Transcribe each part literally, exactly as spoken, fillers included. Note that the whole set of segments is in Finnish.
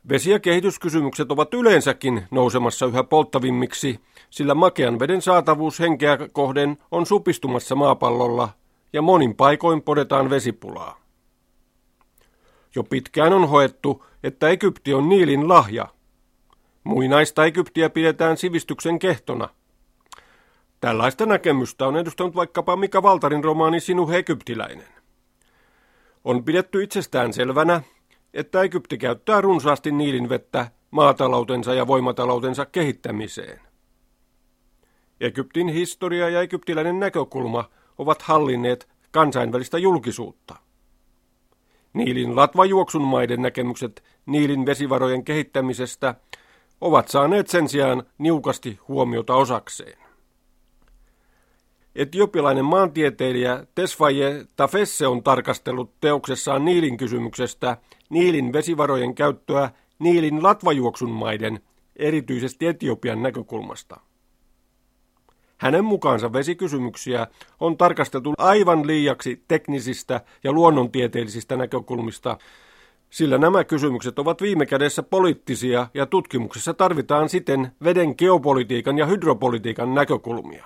Vesi- ja kehityskysymykset ovat yleensäkin nousemassa yhä polttavimmiksi, sillä makean veden saatavuus henkeä kohden on supistumassa maapallolla ja monin paikoin podetaan vesipulaa. Jo pitkään on hoettu, että Egypti on Niilin lahja. Muinaista Egyptiä pidetään sivistyksen kehtona. Tällaista näkemystä on edustanut vaikkapa Mika Waltarin romaani Sinuhe egyptiläinen. On pidetty itsestään selvänä, että Egypti käyttää runsaasti Niilin vettä maataloutensa ja voimataloutensa kehittämiseen. Egyptin historia ja egyptiläinen näkökulma ovat hallinneet kansainvälistä julkisuutta. Niilin latvajuoksun maiden näkemykset Niilin vesivarojen kehittämisestä ovat saaneet sen sijaan niukasti huomiota osakseen. Etiopialainen maantieteilijä Tesfaye Tafesse on tarkastellut teoksessaan Niilin kysymyksestä Niilin vesivarojen käyttöä Niilin latvajuoksun maiden, erityisesti Etiopian näkökulmasta. Hänen mukaansa vesikysymyksiä on tarkasteltu aivan liiaksi teknisistä ja luonnontieteellisistä näkökulmista, sillä nämä kysymykset ovat viime kädessä poliittisia ja tutkimuksessa tarvitaan siten veden geopolitiikan ja hydropolitiikan näkökulmia.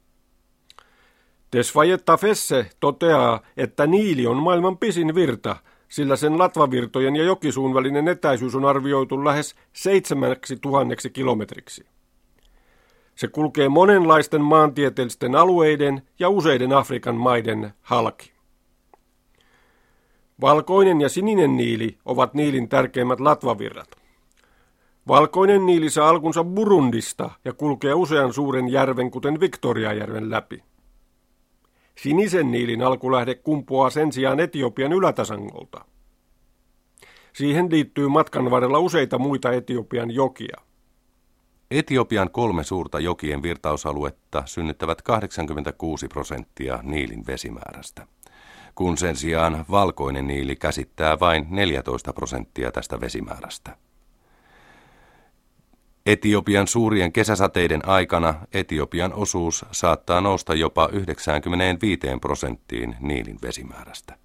Tesfaye Tafesse toteaa, että Niili on maailman pisin virta, sillä sen latvavirtojen ja jokisuun välinen etäisyys on arvioitu lähes seitsemäksi tuhanneksi kilometriksi. Se kulkee monenlaisten maantieteellisten alueiden ja useiden Afrikan maiden halki. Valkoinen ja sininen Niili ovat Niilin tärkeimmät latvavirrat. Valkoinen Niili saa alkunsa Burundista ja kulkee usean suuren järven, kuten Victoriajärven läpi. Sinisen Niilin alkulähde kumpuaa sen sijaan Etiopian ylätasangolta. Siihen liittyy matkan varrella useita muita Etiopian jokia. Etiopian kolme suurta jokien virtausaluetta synnyttävät kahdeksankymmentäkuusi prosenttia Niilin vesimäärästä, kun sen sijaan valkoinen Niili käsittää vain neljätoista prosenttia tästä vesimäärästä. Etiopian suurien kesäsateiden aikana Etiopian osuus saattaa nousta jopa yhdeksänkymmentäviisi prosenttiin Niilin vesimäärästä.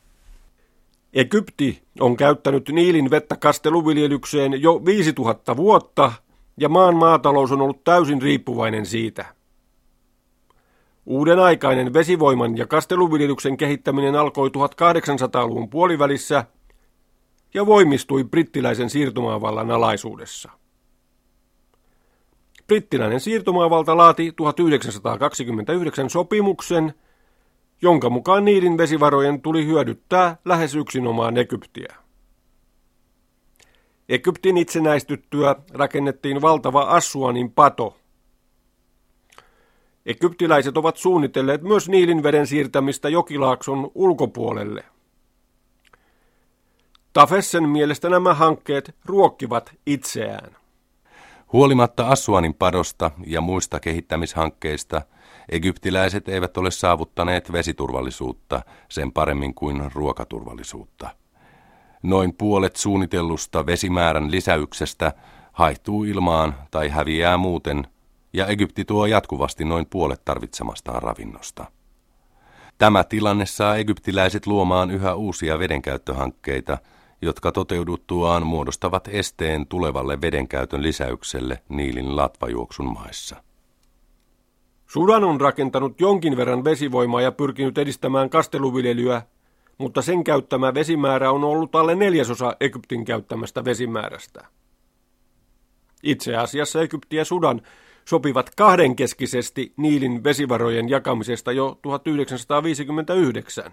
Egypti on käyttänyt Niilin vettä kasteluviljelykseen jo viisituhatta vuotta ja maan maatalous on ollut täysin riippuvainen siitä. Uuden aikainen vesivoiman ja kasteluviljelyksen kehittäminen alkoi tuhatkahdeksansataaluvun puolivälissä ja voimistui brittiläisen siirtomaavallan alaisuudessa. Brittiläinen siirtomaavalta laati tuhatyhdeksänsataakaksikymmentäyhdeksän sopimuksen, jonka mukaan Niilin vesivarojen tuli hyödyttää lähes yksinomaan Egyptiä. Egyptin itsenäistyttyä rakennettiin valtava Assuanin pato. Egyptiläiset ovat suunnitelleet myös Niilin veden siirtämistä jokilaakson ulkopuolelle. Tafessen mielestä nämä hankkeet ruokkivat itseään. Huolimatta Assuanin padosta ja muista kehittämishankkeista, egyptiläiset eivät ole saavuttaneet vesiturvallisuutta sen paremmin kuin ruokaturvallisuutta. Noin puolet suunnitellusta vesimäärän lisäyksestä haihtuu ilmaan tai häviää muuten, ja Egypti tuo jatkuvasti noin puolet tarvitsemastaan ravinnosta. Tämä tilanne saa egyptiläiset luomaan yhä uusia vedenkäyttöhankkeita, jotka toteuduttuaan muodostavat esteen tulevalle vedenkäytön lisäykselle Niilin latvajuoksun maissa. Sudan on rakentanut jonkin verran vesivoimaa ja pyrkinyt edistämään kasteluviljelyä, mutta sen käyttämä vesimäärä on ollut alle neljäsosa Egyptin käyttämästä vesimäärästä. Itse asiassa Egypti ja Sudan sopivat kahdenkeskisesti Niilin vesivarojen jakamisesta jo tuhatyhdeksänsataaviisikymmentäyhdeksän.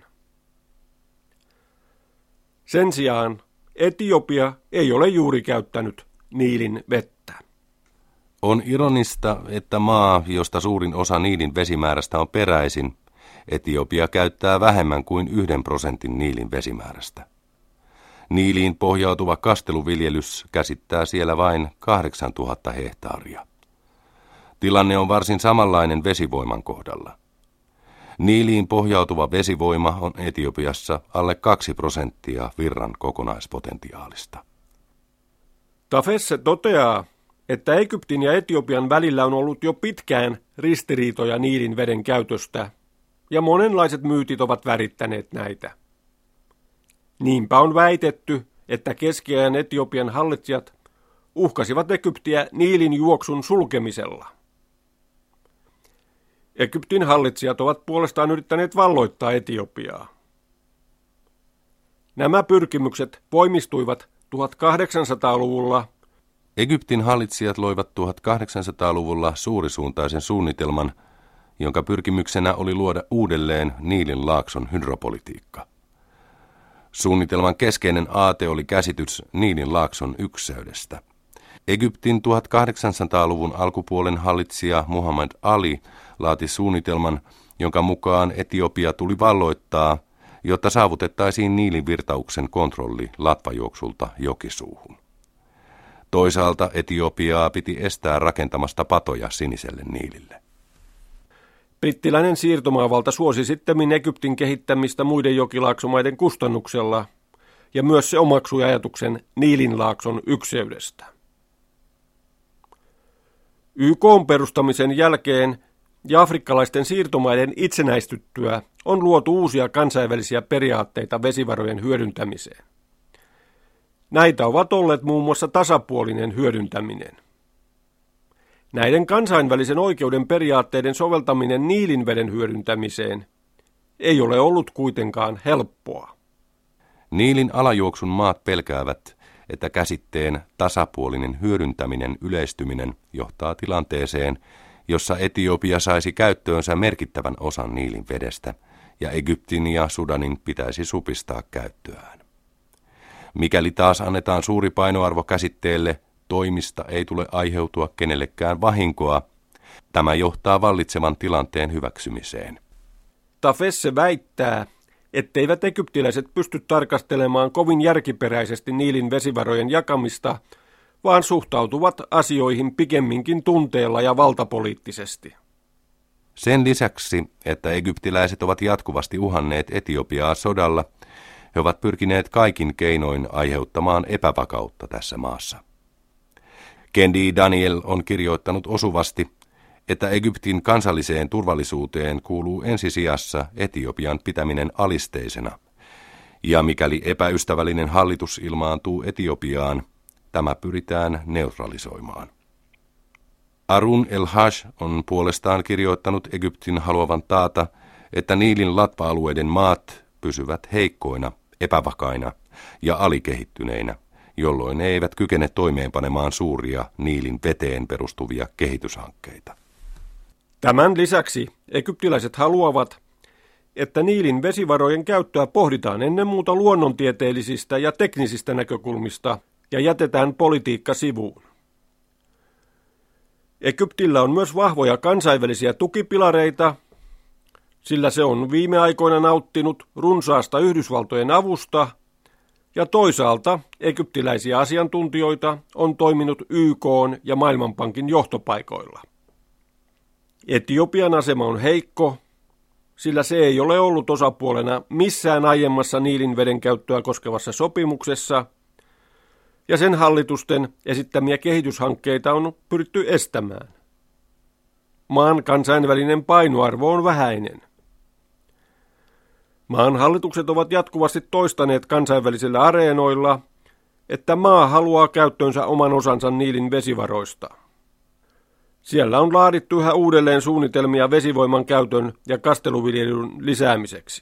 Sen sijaan Etiopia ei ole juuri käyttänyt Niilin vettä. On ironista, että maa, josta suurin osa Niilin vesimäärästä on peräisin, Etiopia käyttää vähemmän kuin yhden prosentin Niilin vesimäärästä. Niiliin pohjautuva kasteluviljelys käsittää siellä vain kahdeksantuhatta hehtaaria. Tilanne on varsin samanlainen vesivoiman kohdalla. Niiliin pohjautuva vesivoima on Etiopiassa alle kaksi prosenttia virran kokonaispotentiaalista. Tafesse toteaa, että Egyptin ja Etiopian välillä on ollut jo pitkään ristiriitoja Niilin veden käytöstä, ja monenlaiset myytit ovat värittäneet näitä. Niinpä on väitetty, että keskiajan Etiopian hallitsijat uhkasivat Egyptiä Niilin juoksun sulkemisella. Egyptin hallitsijat ovat puolestaan yrittäneet valloittaa Etiopiaa. Nämä pyrkimykset voimistuivat tuhatkahdeksansataaluvulla. Egyptin hallitsijat loivat tuhatkahdeksansataaluvulla suurisuuntaisen suunnitelman, jonka pyrkimyksenä oli luoda uudelleen Niilin laakson hydropolitiikka. Suunnitelman keskeinen aate oli käsitys Niilin laakson ykseydestä. Egyptin tuhatkahdeksansataaluvun alkupuolen hallitsija Muhammad Ali laati suunnitelman, jonka mukaan Etiopia tuli valloittaa, jotta saavutettaisiin Niilin virtauksen kontrolli latvajuoksulta jokisuuhun. Toisaalta Etiopiaa piti estää rakentamasta patoja Siniselle Niilille. Brittiläinen siirtomaavalta suosi sittemmin Egyptin kehittämistä muiden jokilaaksomaiden kustannuksella, ja myös se omaksui ajatuksen Niilin laakson ykseydestä. Y K:n perustamisen jälkeen ja afrikkalaisten siirtomaiden itsenäistyttyä on luotu uusia kansainvälisiä periaatteita vesivarojen hyödyntämiseen. Näitä ovat olleet muun muassa tasapuolinen hyödyntäminen. Näiden kansainvälisen oikeuden periaatteiden soveltaminen Niilin veden hyödyntämiseen ei ole ollut kuitenkaan helppoa. Niilin alajuoksun maat pelkäävät, että käsitteen tasapuolinen hyödyntäminen yleistyminen johtaa tilanteeseen, jossa Etiopia saisi käyttöönsä merkittävän osan Niilin vedestä ja Egyptin ja Sudanin pitäisi supistaa käyttöään. Mikäli taas annetaan suuri painoarvo käsitteelle, toimista ei tule aiheutua kenellekään vahinkoa, tämä johtaa vallitsevan tilanteen hyväksymiseen. Tafesse väittää, etteivät egyptiläiset pysty tarkastelemaan kovin järkiperäisesti Niilin vesivarojen jakamista, vaan suhtautuvat asioihin pikemminkin tunteella ja valtapoliittisesti. Sen lisäksi, että egyptiläiset ovat jatkuvasti uhanneet Etiopiaa sodalla, he ovat pyrkineet kaikin keinoin aiheuttamaan epävakautta tässä maassa. Kendi Daniel on kirjoittanut osuvasti, että Egyptin kansalliseen turvallisuuteen kuuluu ensisijassa Etiopian pitäminen alisteisena, ja mikäli epäystävällinen hallitus ilmaantuu Etiopiaan, tämä pyritään neutralisoimaan. Arun el-Haj on puolestaan kirjoittanut Egyptin haluavan taata, että Niilin latva-alueiden maat pysyvät heikkoina, epävakaina ja alikehittyneinä, jolloin ne eivät kykene toimeenpanemaan suuria Niilin veteen perustuvia kehityshankkeita. Tämän lisäksi egyptiläiset haluavat, että Niilin vesivarojen käyttöä pohditaan ennen muuta luonnontieteellisistä ja teknisistä näkökulmista ja jätetään politiikka sivuun. Egyptillä on myös vahvoja kansainvälisiä tukipilareita, sillä se on viime aikoina nauttinut runsaasta Yhdysvaltojen avusta, ja toisaalta egyptiläisiä asiantuntijoita on toiminut Y K:n ja Maailmanpankin johtopaikoilla. Etiopian asema on heikko, sillä se ei ole ollut osapuolena missään aiemmassa Niilin veden käyttöä koskevassa sopimuksessa, ja sen hallitusten esittämiä kehityshankkeita on pyritty estämään. Maan kansainvälinen painoarvo on vähäinen. Maan hallitukset ovat jatkuvasti toistaneet kansainvälisillä areenoilla, että maa haluaa käyttöönsä oman osansa Niilin vesivaroista. Siellä on laadittu yhä uudelleen suunnitelmia vesivoiman käytön ja kasteluviljelyn lisäämiseksi.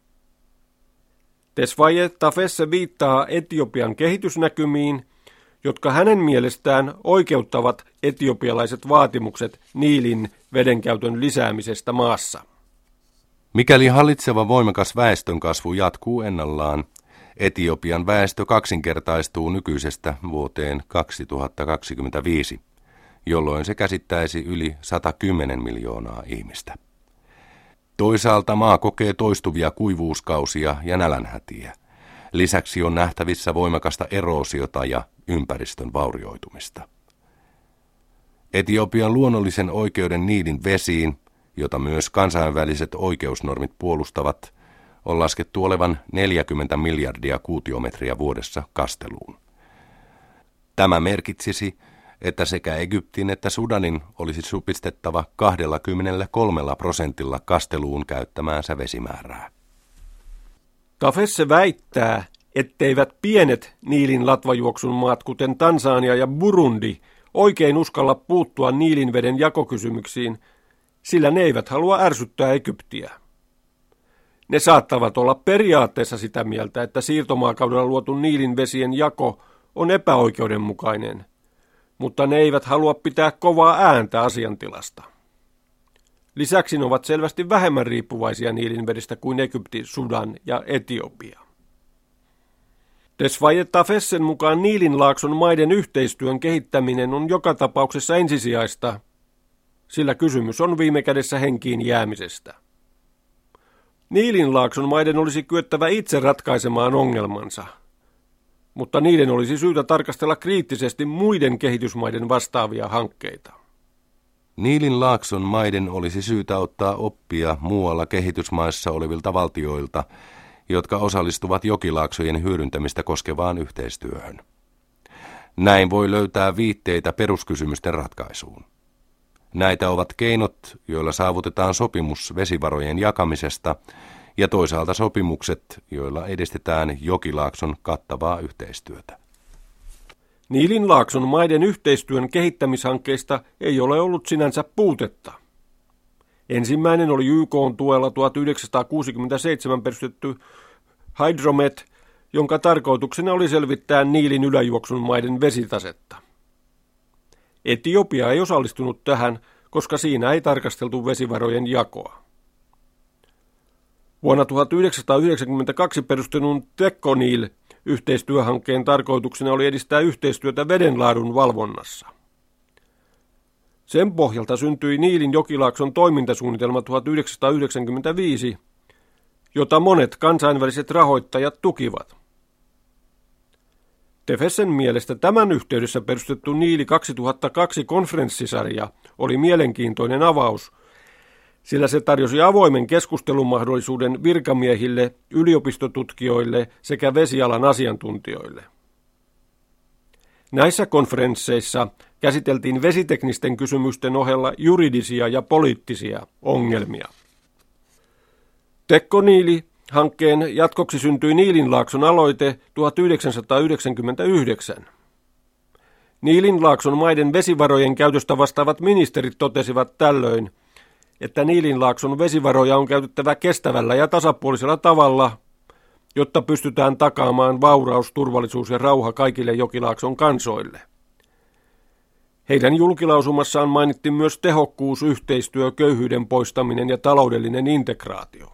Tesfaye Tafesse viittaa Etiopian kehitysnäkymiin, jotka hänen mielestään oikeuttavat etiopialaiset vaatimukset Niilin vedenkäytön lisäämisestä maassa. Mikäli hallitseva voimakas väestönkasvu jatkuu ennallaan, Etiopian väestö kaksinkertaistuu nykyisestä vuoteen kaksituhattakaksikymmentäviisi, jolloin se käsittäisi yli sata kymmenen miljoonaa ihmistä. Toisaalta maa kokee toistuvia kuivuuskausia ja nälänhätiä. Lisäksi on nähtävissä voimakasta eroosiota ja ympäristön vaurioitumista. Etiopian luonnollisen oikeuden Niilin vesiin, jota myös kansainväliset oikeusnormit puolustavat, on laskettu olevan neljäkymmentä miljardia kuutiometriä vuodessa kasteluun. Tämä merkitsisi, että sekä Egyptin että Sudanin olisi supistettava kaksikymmentäkolme prosentilla kasteluun käyttämäänsä vesimäärää. Tafesse väittää, etteivät pienet Niilin latvajuoksun maat, kuten Tansania ja Burundi, oikein uskalla puuttua Niilin veden jakokysymyksiin, sillä ne eivät halua ärsyttää Egyptiä. Ne saattavat olla periaatteessa sitä mieltä, että siirtomaakaudella luotu Niilin vesien jako on epäoikeudenmukainen, mutta ne eivät halua pitää kovaa ääntä asiantilasta. Lisäksi ne ovat selvästi vähemmän riippuvaisia Niilin vedestä kuin Egypti, Sudan ja Etiopia. Tesfaye Tafessen mukaan Niilin laakson maiden yhteistyön kehittäminen on joka tapauksessa ensisijaista, sillä kysymys on viime kädessä henkiin jäämisestä. Niilin laakson maiden olisi kyettävä itse ratkaisemaan ongelmansa, mutta niiden olisi syytä tarkastella kriittisesti muiden kehitysmaiden vastaavia hankkeita. Niilin laakson maiden olisi syytä ottaa oppia muualla kehitysmaissa olevilta valtioilta, jotka osallistuvat jokilaaksojen hyödyntämistä koskevaan yhteistyöhön. Näin voi löytää viitteitä peruskysymysten ratkaisuun. Näitä ovat keinot, joilla saavutetaan sopimus vesivarojen jakamisesta, ja toisaalta sopimukset, joilla edistetään jokilaakson kattavaa yhteistyötä. Niilin laakson maiden yhteistyön kehittämishankkeista ei ole ollut sinänsä puutetta. Ensimmäinen oli Y K:n tuella tuhatyhdeksänsataakuusikymmentäseitsemän perustettu Hydromet, jonka tarkoituksena oli selvittää Niilin yläjuoksun maiden vesitasetta. Etiopia ei osallistunut tähän, koska siinä ei tarkasteltu vesivarojen jakoa. Vuonna tuhatyhdeksänsataayhdeksänkymmentäkaksi perustetun Tekkonil-yhteistyöhankkeen tarkoituksena oli edistää yhteistyötä vedenlaadun valvonnassa. Sen pohjalta syntyi Niilin jokilaakson toimintasuunnitelma tuhatyhdeksänsataayhdeksänkymmentäviisi, jota monet kansainväliset rahoittajat tukivat. Tefessen mielestä tämän yhteydessä perustettu Niili kaksituhattakaksi konferenssisarja oli mielenkiintoinen avaus, sillä se tarjosi avoimen keskustelumahdollisuuden virkamiehille, yliopistotutkijoille sekä vesialan asiantuntijoille. Näissä konferensseissa käsiteltiin vesiteknisten kysymysten ohella juridisia ja poliittisia ongelmia. Tekkoniili-hankkeen jatkoksi syntyi Niilinlaakson aloite tuhatyhdeksänsataayhdeksänkymmentäyhdeksän. Niilinlaakson maiden vesivarojen käytöstä vastaavat ministerit totesivat tällöin, että Niilinlaakson vesivaroja on käytettävä kestävällä ja tasapuolisella tavalla, jotta pystytään takaamaan vauraus, turvallisuus ja rauha kaikille jokilaakson kansoille. Heidän julkilausumassaan mainittiin myös tehokkuus, yhteistyö, köyhyyden poistaminen ja taloudellinen integraatio.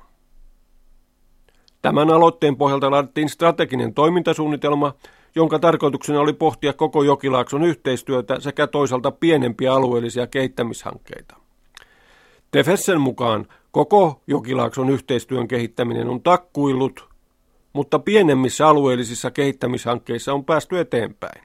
Tämän aloitteen pohjalta laadittiin strateginen toimintasuunnitelma, jonka tarkoituksena oli pohtia koko jokilaakson yhteistyötä sekä toisaalta pienempiä alueellisia kehittämishankkeita. Tefessen mukaan koko jokilaakson yhteistyön kehittäminen on takkuillut, mutta pienemmissä alueellisissa kehittämishankkeissa on päästy eteenpäin.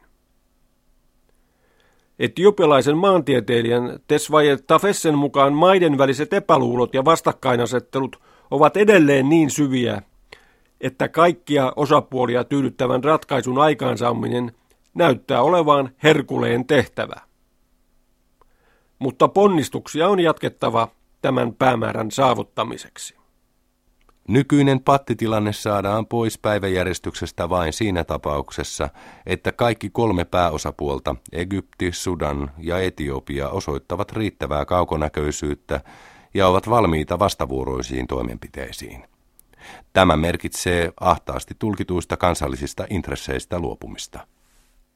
Etiopialaisen maantieteilijän Tesfaye Tafessen mukaan maiden väliset epäluulot ja vastakkainasettelut ovat edelleen niin syviä, että kaikkia osapuolia tyydyttävän ratkaisun aikaansaaminen näyttää olevan Herkuleen tehtävä. Mutta ponnistuksia on jatkettava tämän päämäärän saavuttamiseksi. Nykyinen pattitilanne saadaan pois päiväjärjestyksestä vain siinä tapauksessa, että kaikki kolme pääosapuolta, Egypti, Sudan ja Etiopia, osoittavat riittävää kaukonäköisyyttä ja ovat valmiita vastavuoroisiin toimenpiteisiin. Tämä merkitsee ahtaasti tulkituista kansallisista intresseistä luopumista.